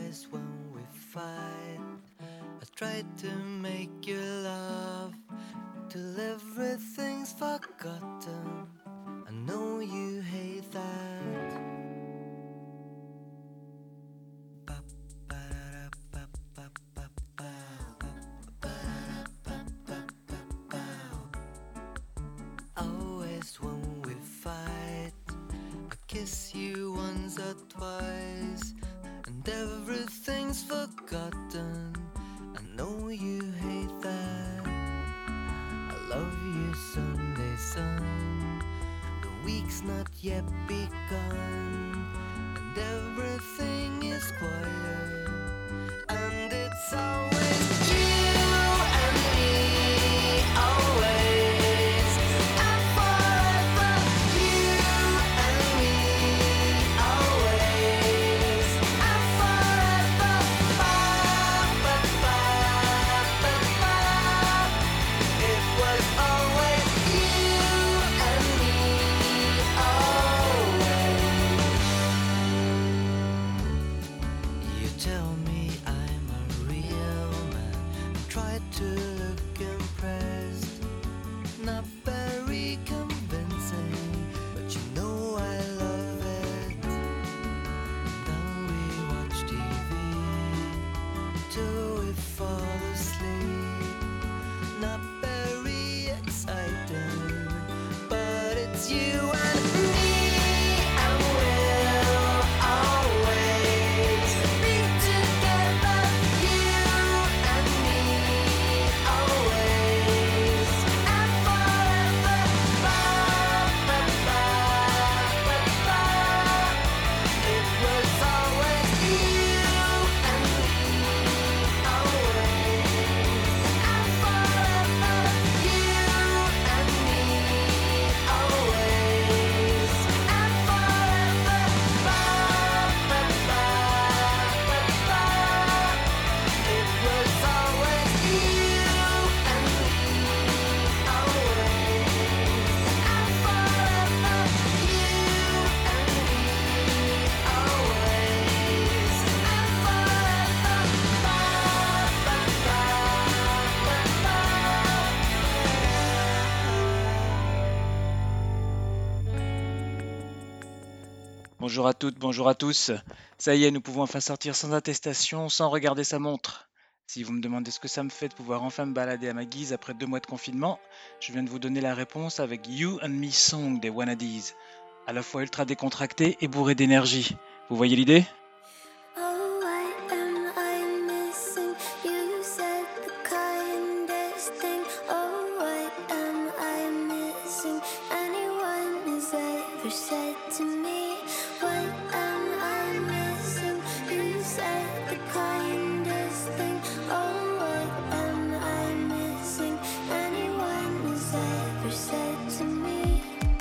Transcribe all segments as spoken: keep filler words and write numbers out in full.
Always when we fight, I try to make you laugh till everything's forgotten. I know you hate that. Always when we fight, I kiss you once or twice, and everything's forgotten. I know you hate that. I love you Sunday sun. The week's not yet begun, and everything is quiet, and it's always you and me, always and forever. You and me, always and forever. Ba, ba, ba, ba, ba. It was always you and me, always. You tell me I'm a real man, try to look impressed, not very convincing, but you know I love it. Then we watch T V till we fall asleep, not very exciting, but it's you and me, and we'll always be together. You and me, always and forever. Ba, ba, ba, ba, ba. It was always you and me, always and forever. You and me, always and forever. Ba, ba, ba, ba, ba. It was always you and me, always and forever. You and me, always and forever. Ba, ba, ba, ba, ba. Bonjour à toutes, bonjour à tous. Ça y est, nous pouvons enfin sortir sans attestation, sans regarder sa montre. Si vous me demandez ce que ça me fait de pouvoir enfin me balader à ma guise après deux mois de confinement, je viens de vous donner la réponse avec You and Me Song des Wannadies. À la fois ultra décontracté et bourré d'énergie. Vous voyez l'idée ? Oh, why am I missing? You said the kindest thing. Oh, what am I missing? Anyone has ever said to me, what am I missing? You said the kindest thing. Oh, what am I missing? Anyone has ever said to me.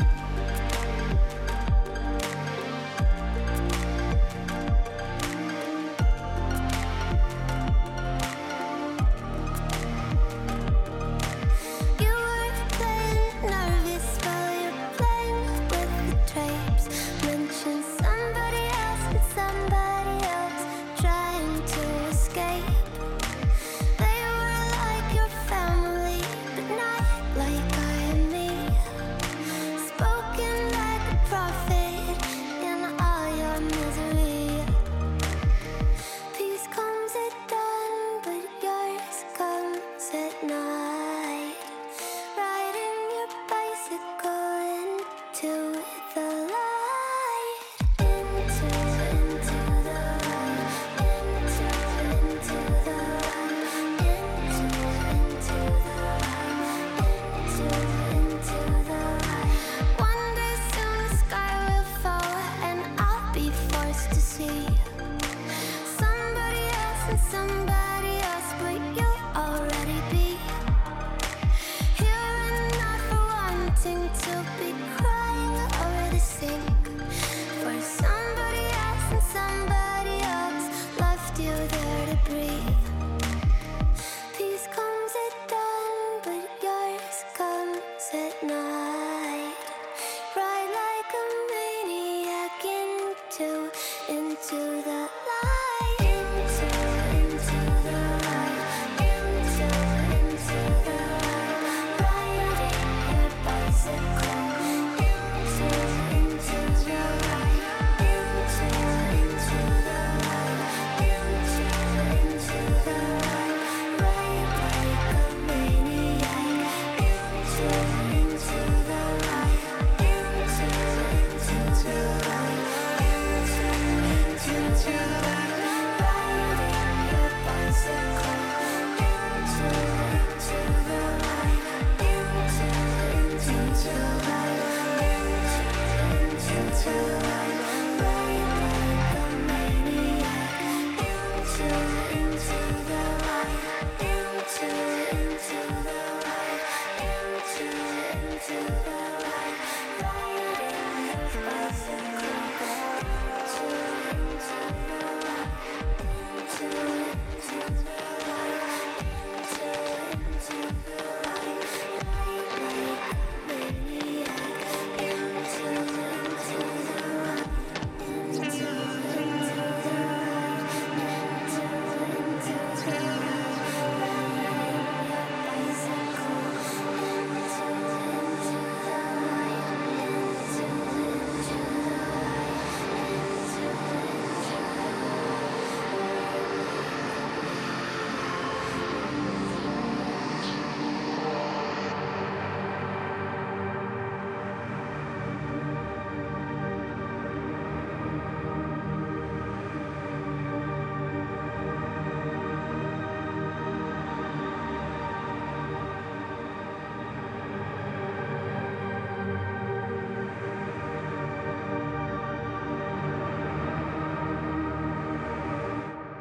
You were playing nervous while you're playing with the drapes. Mention somebody else and somebody else trying to escape. They were like your family, but not like I am me. Spoken like a prophet in all your misery. Peace comes at dawn, but yours comes at night. Riding your bicycle into the light, into into the light, into into the light, into into the light, into into the light. One day soon the sky will fall and I'll be forced to see somebody else and somebody else, but you'll already be here enough for wanting to be crying over the sink. For somebody else and somebody else left you there to breathe. Peace comes at dawn, but yours comes at night. Ride like a maniac into, into the light.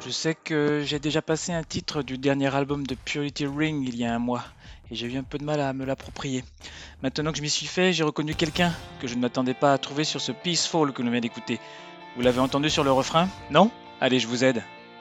Je sais que j'ai déjà passé un titre du dernier album de Purity Ring il y a un mois, et j'ai eu un peu de mal à me l'approprier. Maintenant que je m'y suis fait, j'ai reconnu quelqu'un que je ne m'attendais pas à trouver sur ce Peaceful que l'on vient d'écouter. Vous l'avez entendu sur le refrain? Non? Allez, je vous aide.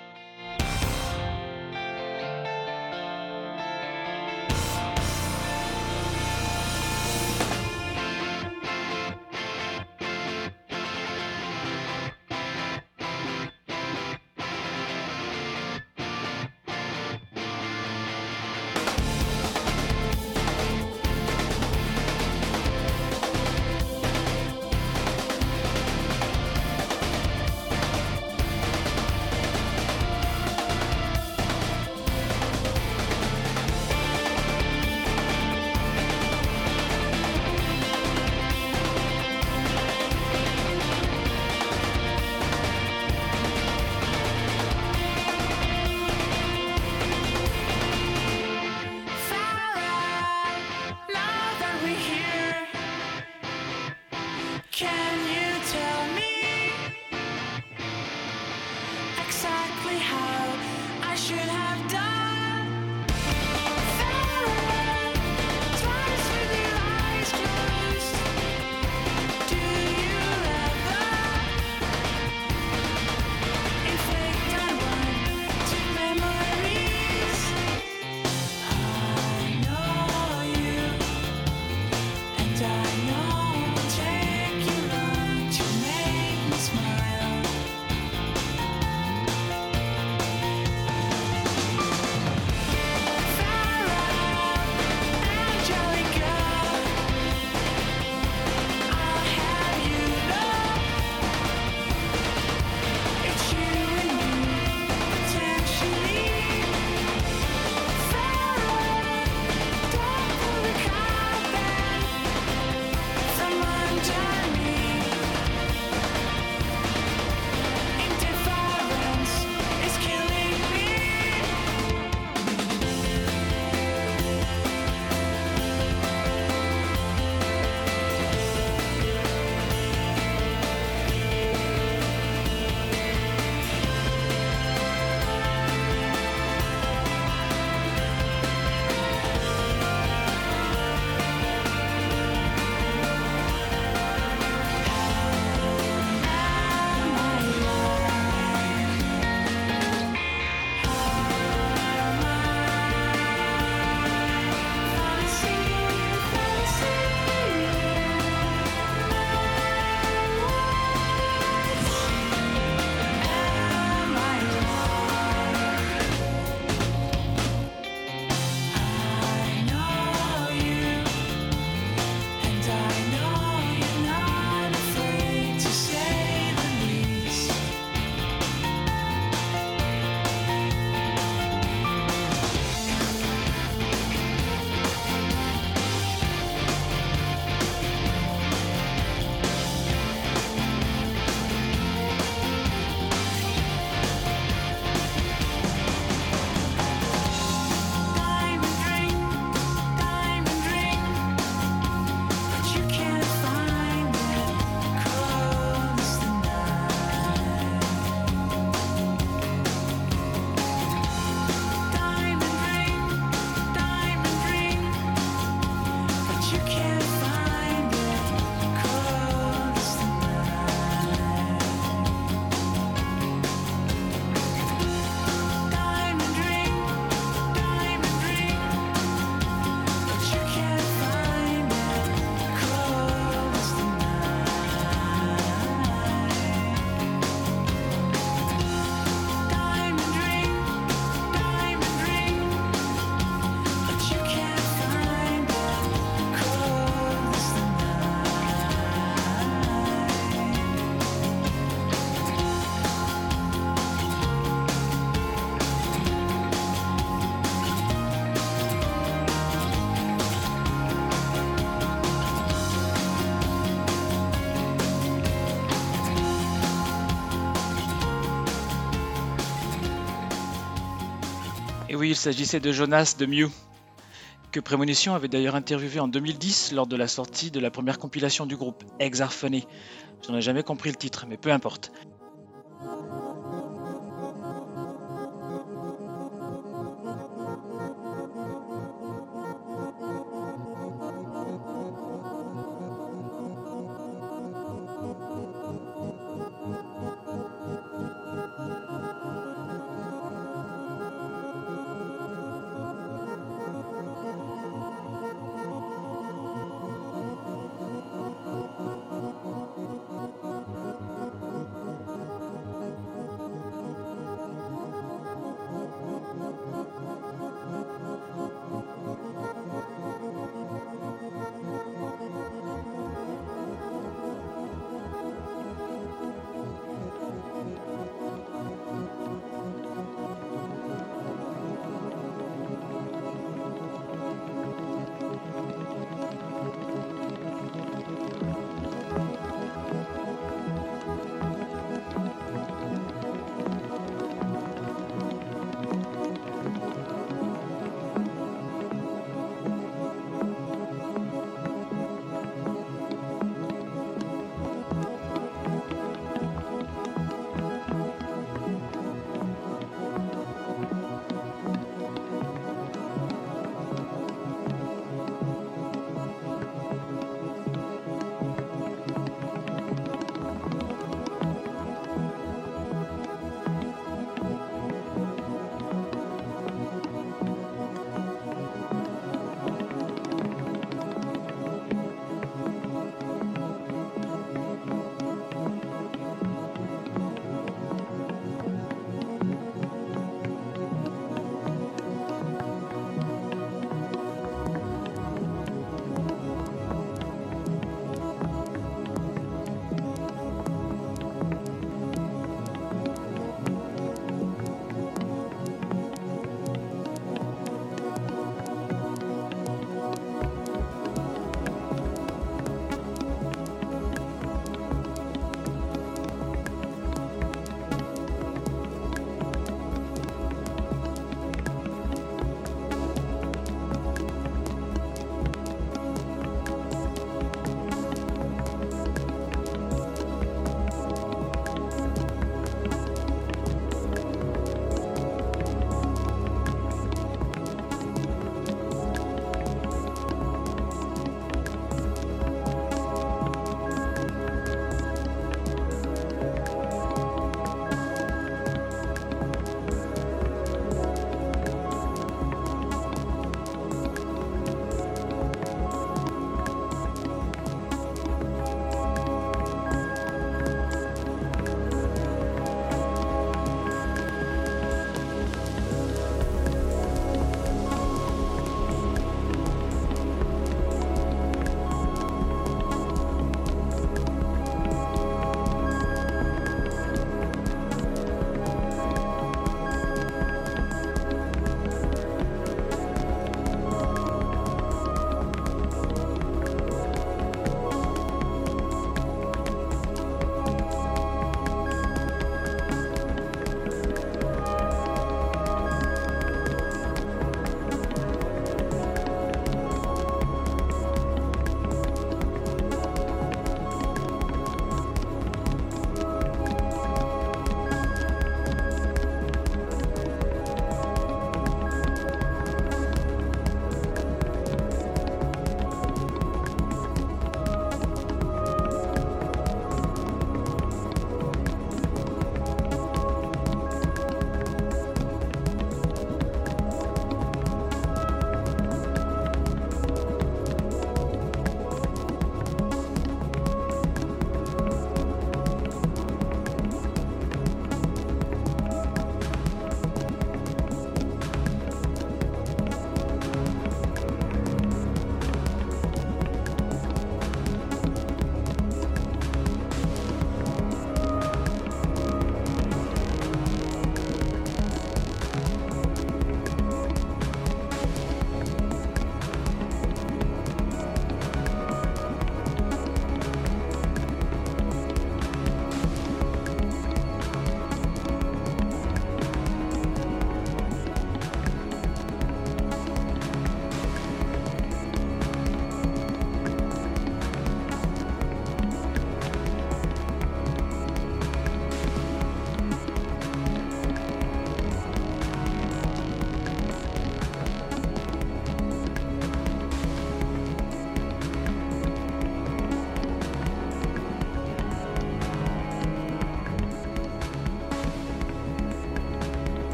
Et oui, il s'agissait de Jonas de Mew, que Prémonition avait d'ailleurs interviewé en deux mille dix lors de la sortie de la première compilation du groupe, Eggs Are Funny. Je n'en ai jamais compris le titre, mais peu importe.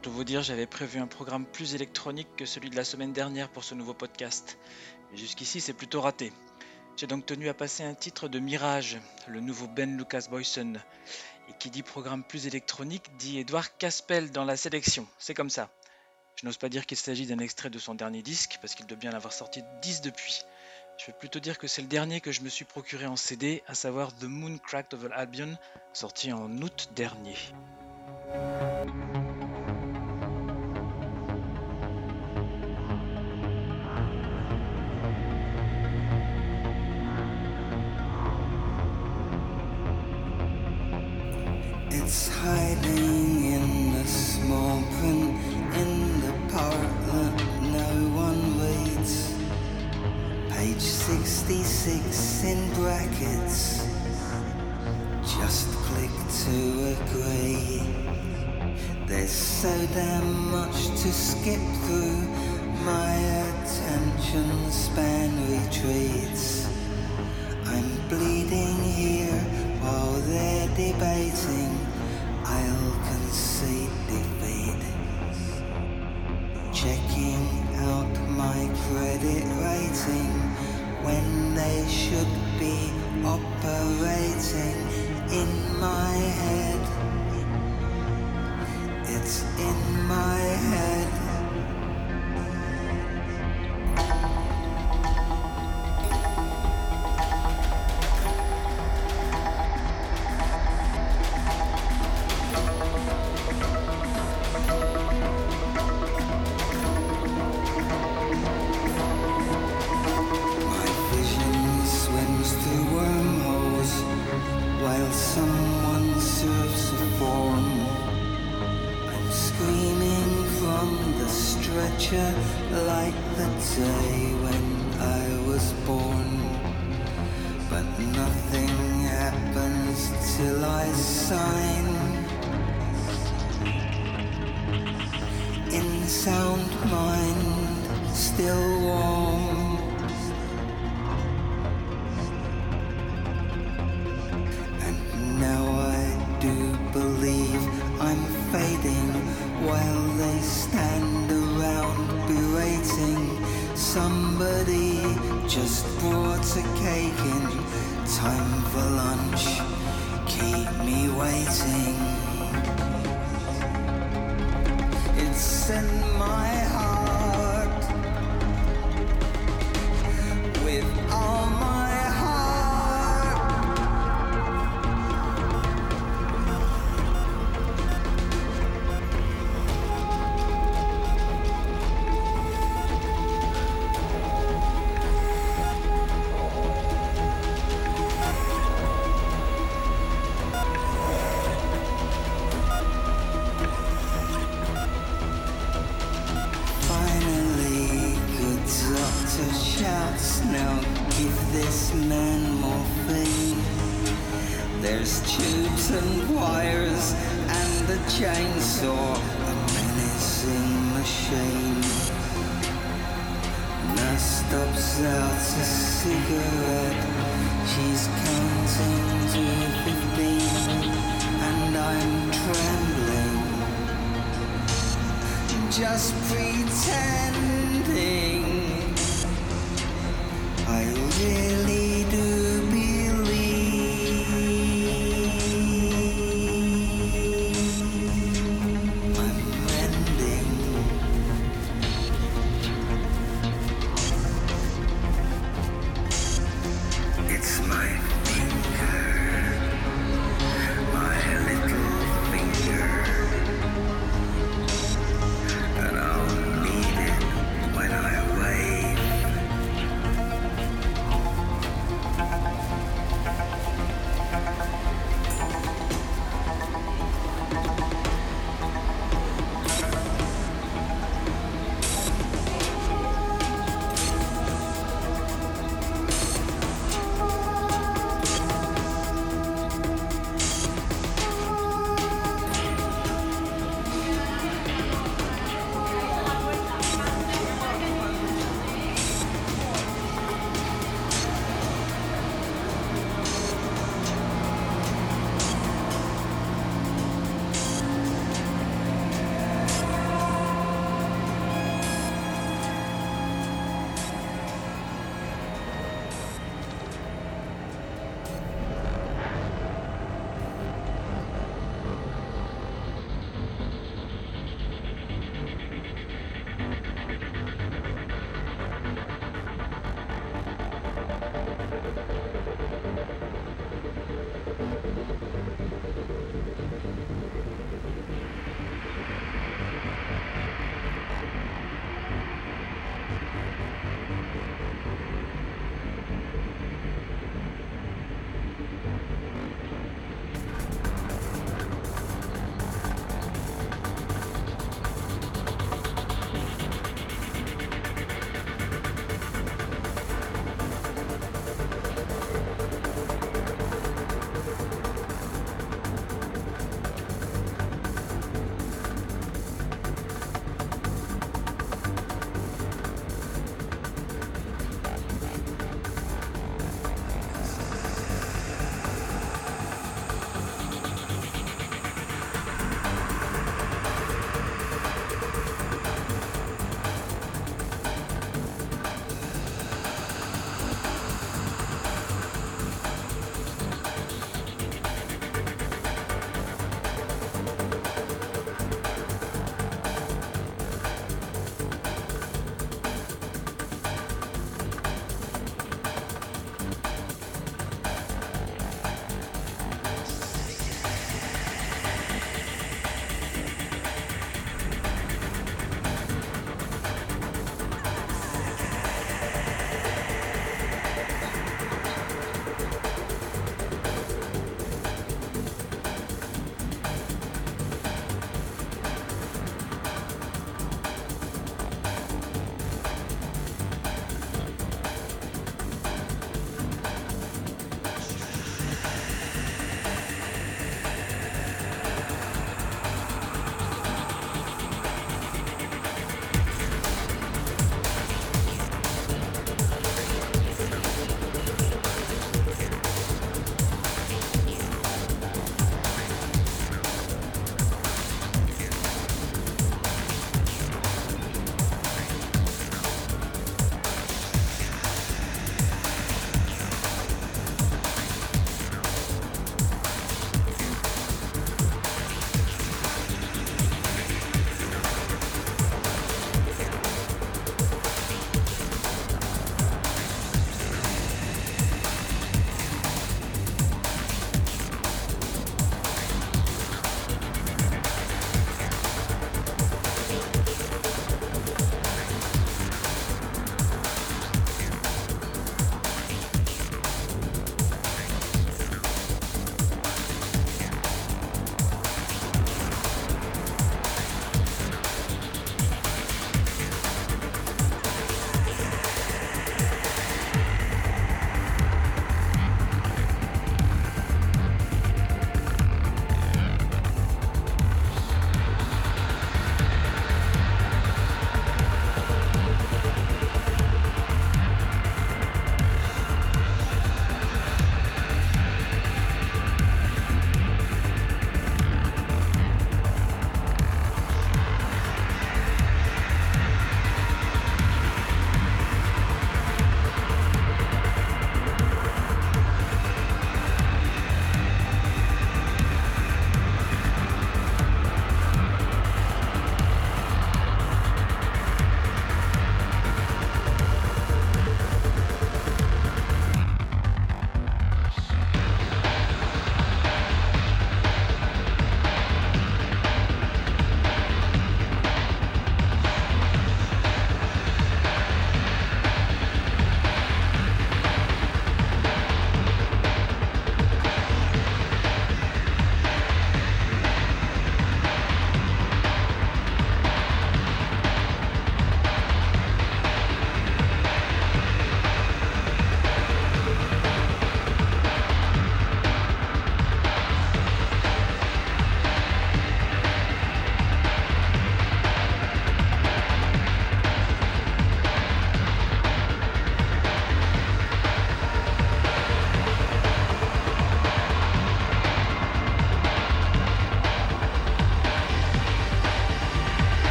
Pour tout vous dire, j'avais prévu un programme plus électronique que celui de la semaine dernière pour ce nouveau podcast. Et jusqu'ici, c'est plutôt raté. J'ai donc tenu à passer un titre de Mirage, le nouveau Ben Lucas Boyson. Et qui dit programme plus électronique dit Edouard Caspel dans la sélection. C'est comme ça. Je n'ose pas dire qu'il s'agit d'un extrait de son dernier disque, parce qu'il doit bien l'avoir sorti dix depuis. Je vais plutôt dire que c'est le dernier que je me suis procuré en C D, à savoir The Moon Cracked Over Albion, sorti en août dernier. It's hiding in the small print in the part that no one reads. Page sixty-six in brackets. Just click to agree. There's so damn much to skip through. My attention span retreats. I'm bleeding here while they're debating. I'll concede defeat. Checking out my credit rating when they should be operating in my head. It's in my head. Like the day when I was born, but nothing happens till I sign. In sound mind, still warm. And now I do believe I'm fading while they stand around berating. Somebody just brought a cake in. Time for lunch, keep me waiting. It's in my heart, with all my shouts, now give this man morphine. There's tubes and wires and a chainsaw, a menacing machine. Nurse stops out a cigarette, she's counting to fifteen, and I'm trembling, just pretending. I really do believe I'm mending. It's my finger, my little finger, and I'll need it when I wave.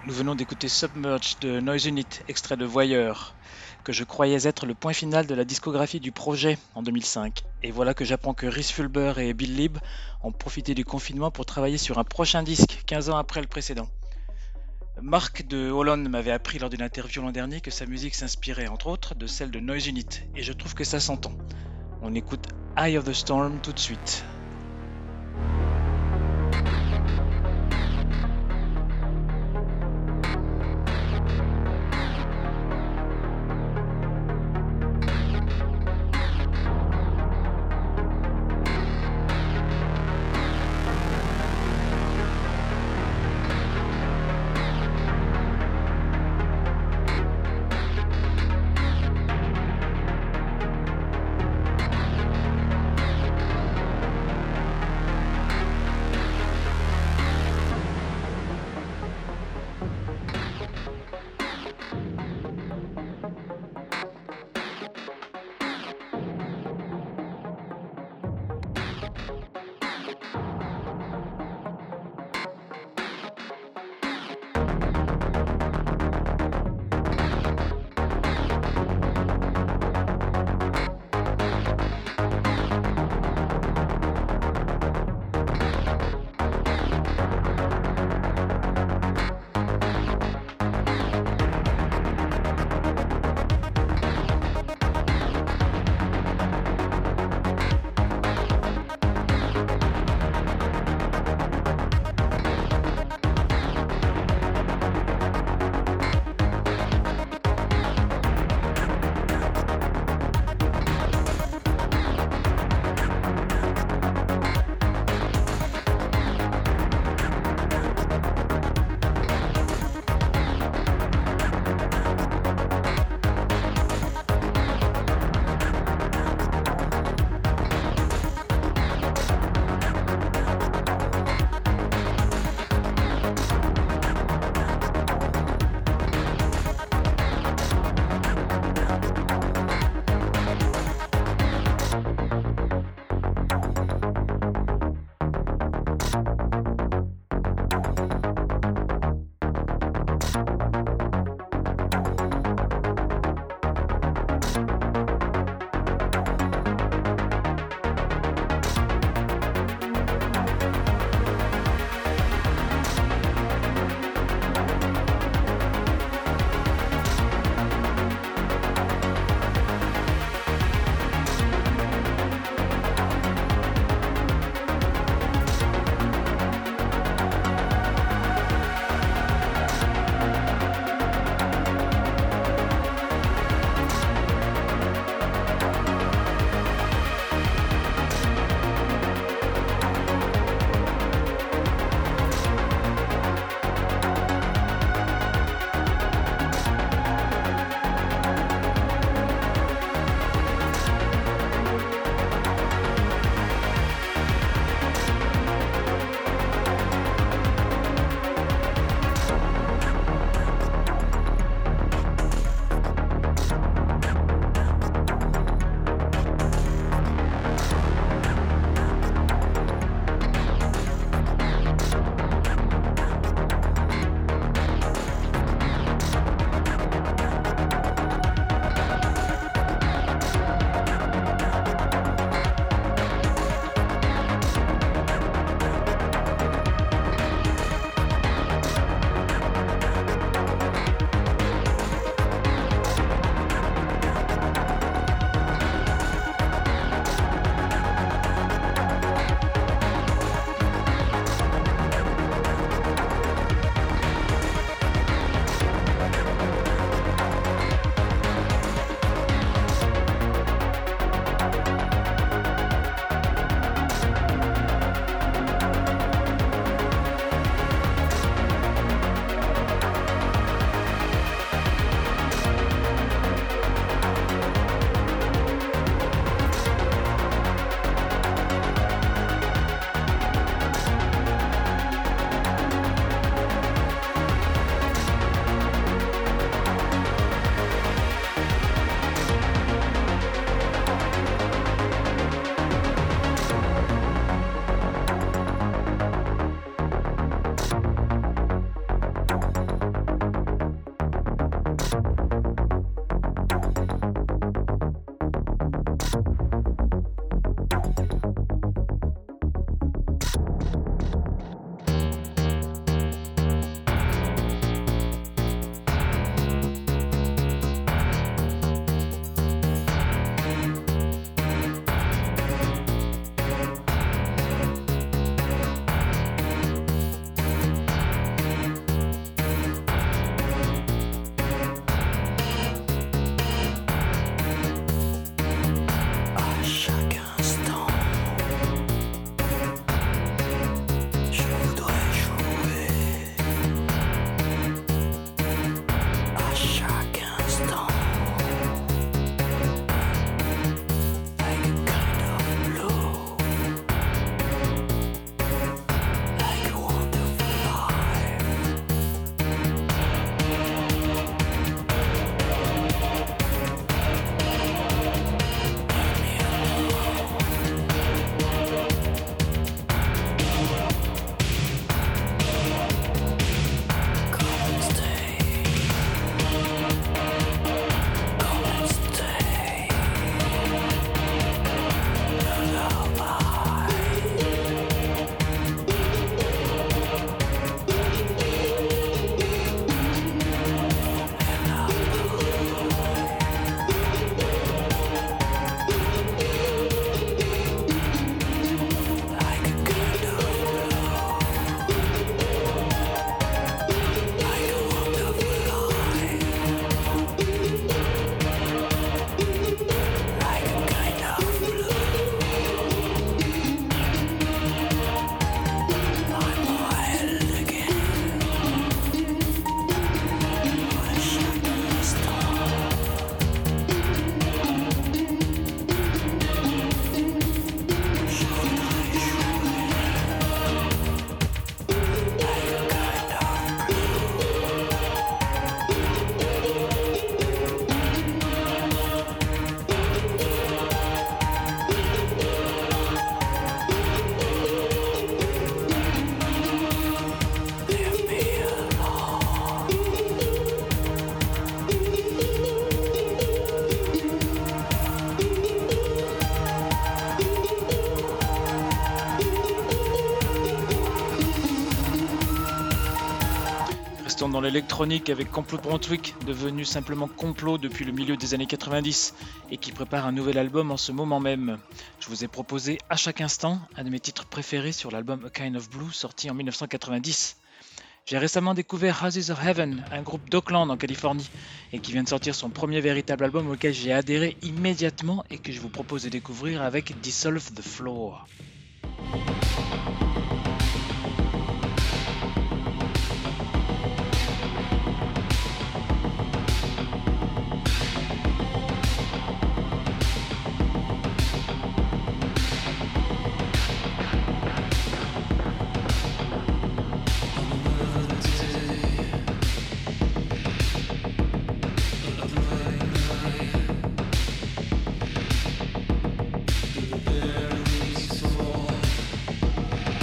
Nous venons d'écouter Submerge de Noise Unit, extrait de Voyeur, que je croyais être le point final de la discographie du projet en deux mille cinq. Et voilà que j'apprends que Rhys Fulber et Bill Lieb ont profité du confinement pour travailler sur un prochain disque, quinze ans après le précédent. Marc de Hollande m'avait appris lors d'une interview l'an dernier que sa musique s'inspirait entre autres de celle de Noise Unit, et je trouve que ça s'entend. On écoute Eye of the Storm tout de suite. Restons dans l'électronique avec Complot Brunswick, devenu simplement Complot depuis le milieu des années quatre-vingt-dix et qui prépare un nouvel album en ce moment même. Je vous ai proposé à chaque instant un de mes titres préférés sur l'album A Kind of Blue sorti en dix-neuf cent quatre-vingt-dix. J'ai récemment découvert Houses of Heaven, un groupe d'Oakland en Californie, et qui vient de sortir son premier véritable album auquel j'ai adhéré immédiatement et que je vous propose de découvrir avec Dissolve the Floor. There is fall.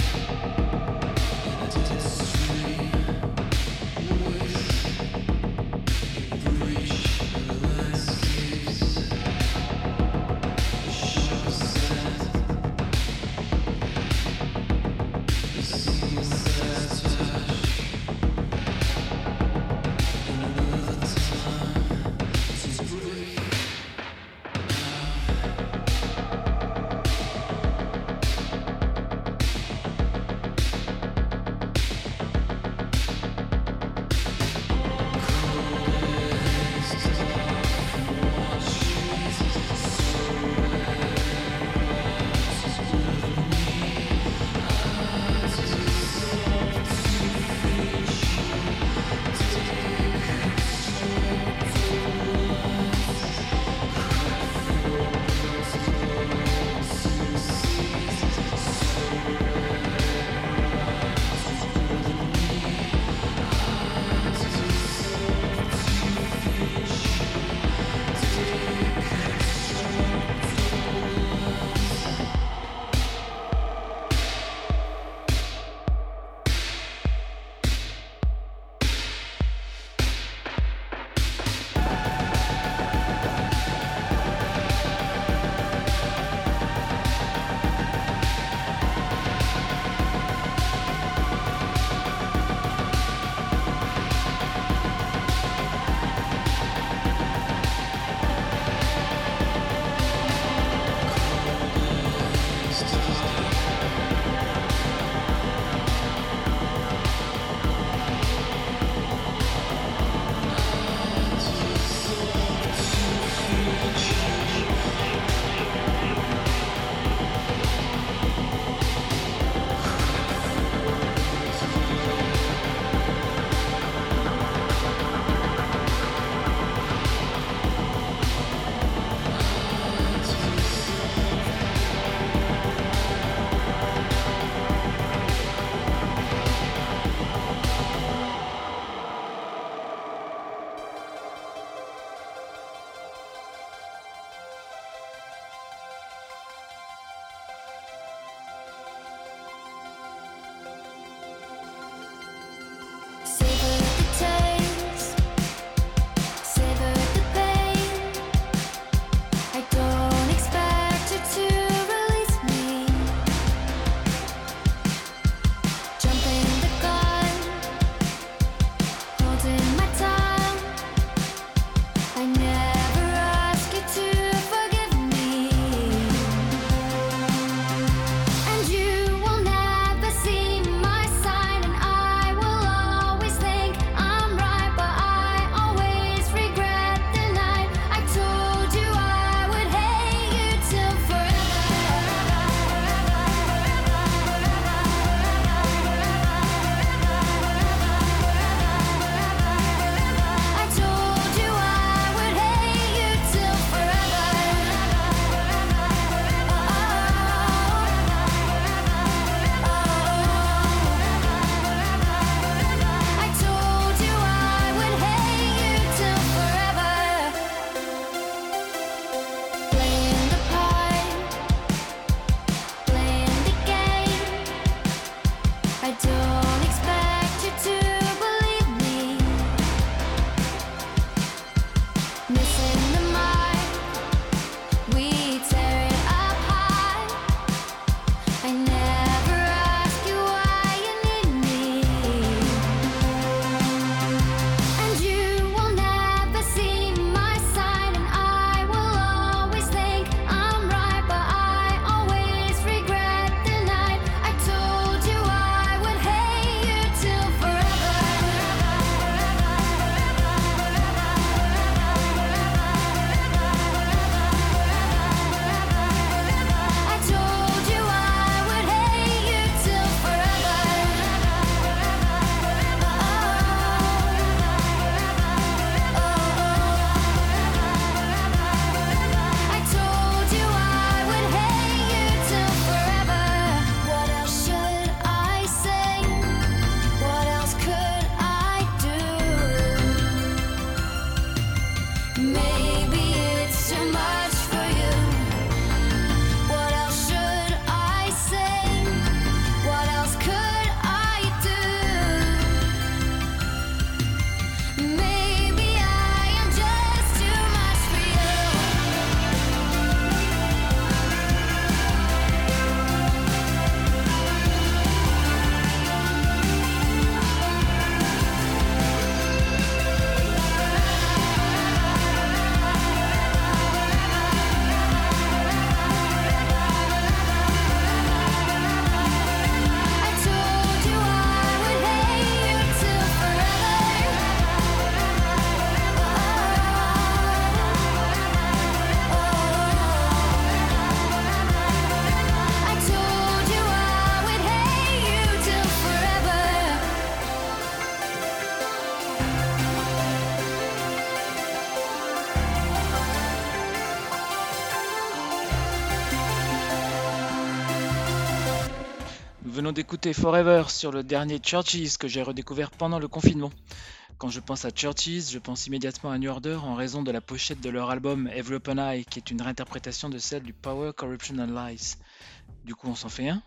venons d'écouter Forever sur le dernier Churches que j'ai redécouvert pendant le confinement. Quand je pense à Churches, je pense immédiatement à New Order en raison de la pochette de leur album Every Open Eye, qui est une réinterprétation de celle du Power, Corruption and Lies. Du coup, on s'en fait un ?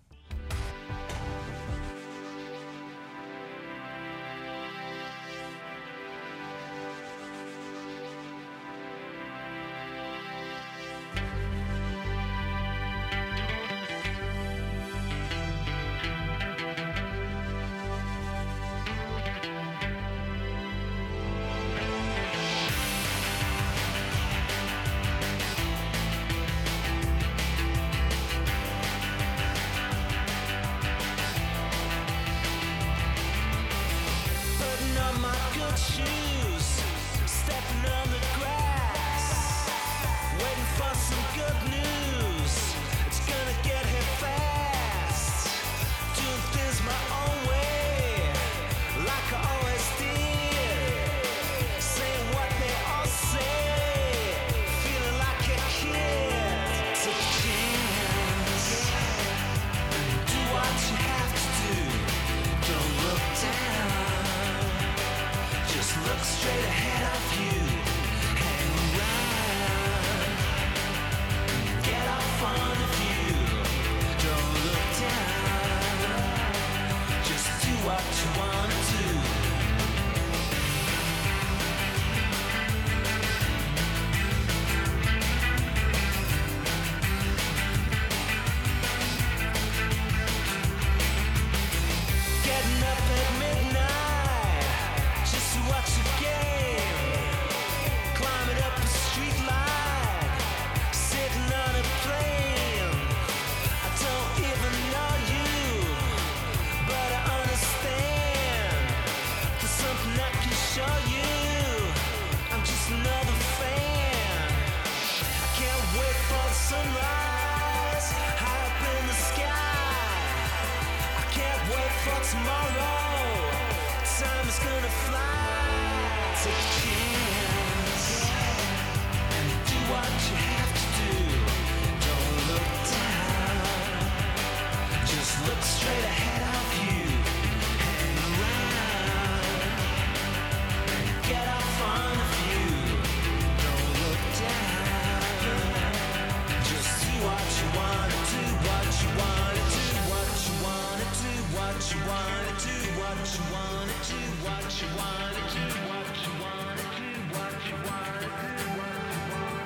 Putting on my good shoes, stepping on the grass, waiting for some good news. It's gonna get here fast. Doing things my own way, like I always did. Saying what they all say, feeling like a kid. Take a chance, do what you have to do. Don't look down. Just look straight ahead of you. Hang around. Get up front of you. Don't look down. Just do what you wanna do. Getting up at midnight just to watch the game. Climbing up a street light, sitting on a plane. I don't even know you, but I understand. There's something I can show you. I'm just another fan. I can't wait for the sunrise, high up in the sky. I can't wait for tomorrow. Time is gonna fly. Take a chance and do what you have to do. Don't look down. Just look straight ahead of you. Hang around. Get up front of you. Don't look down. Just do what you wanna do. What you wanna do. What you wanna do. What you wanna do. What you wanna do. What you wanna do. What you wanna do. What you wanna do.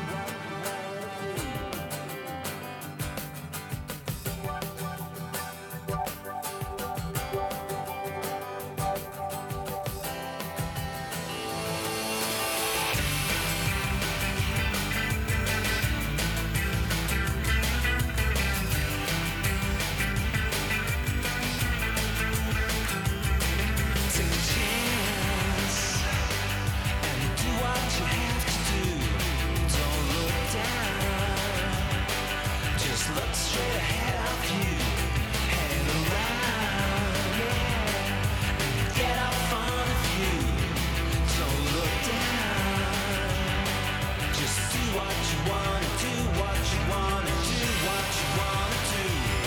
Take a chance and do what you have to do. Don't look down. Just look straight ahead of you. Hang around. Get up front of you. Don't look down. Just do what you wanna do. What you wanna do. What you wanna do.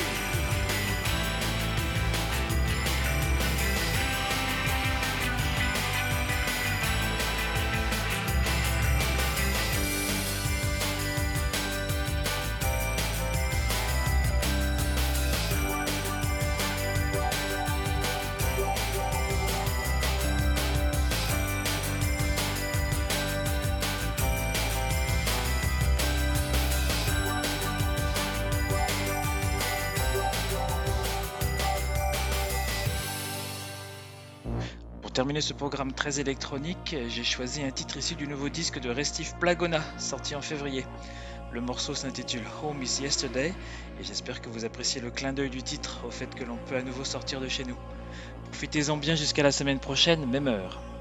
Pour terminer ce programme très électronique, j'ai choisi un titre issu du nouveau disque de Restif Plagona, sorti en février. Le morceau s'intitule Home is Yesterday et j'espère que vous appréciez le clin d'œil du titre au fait que l'on peut à nouveau sortir de chez nous. Profitez-en bien jusqu'à la semaine prochaine, même heure.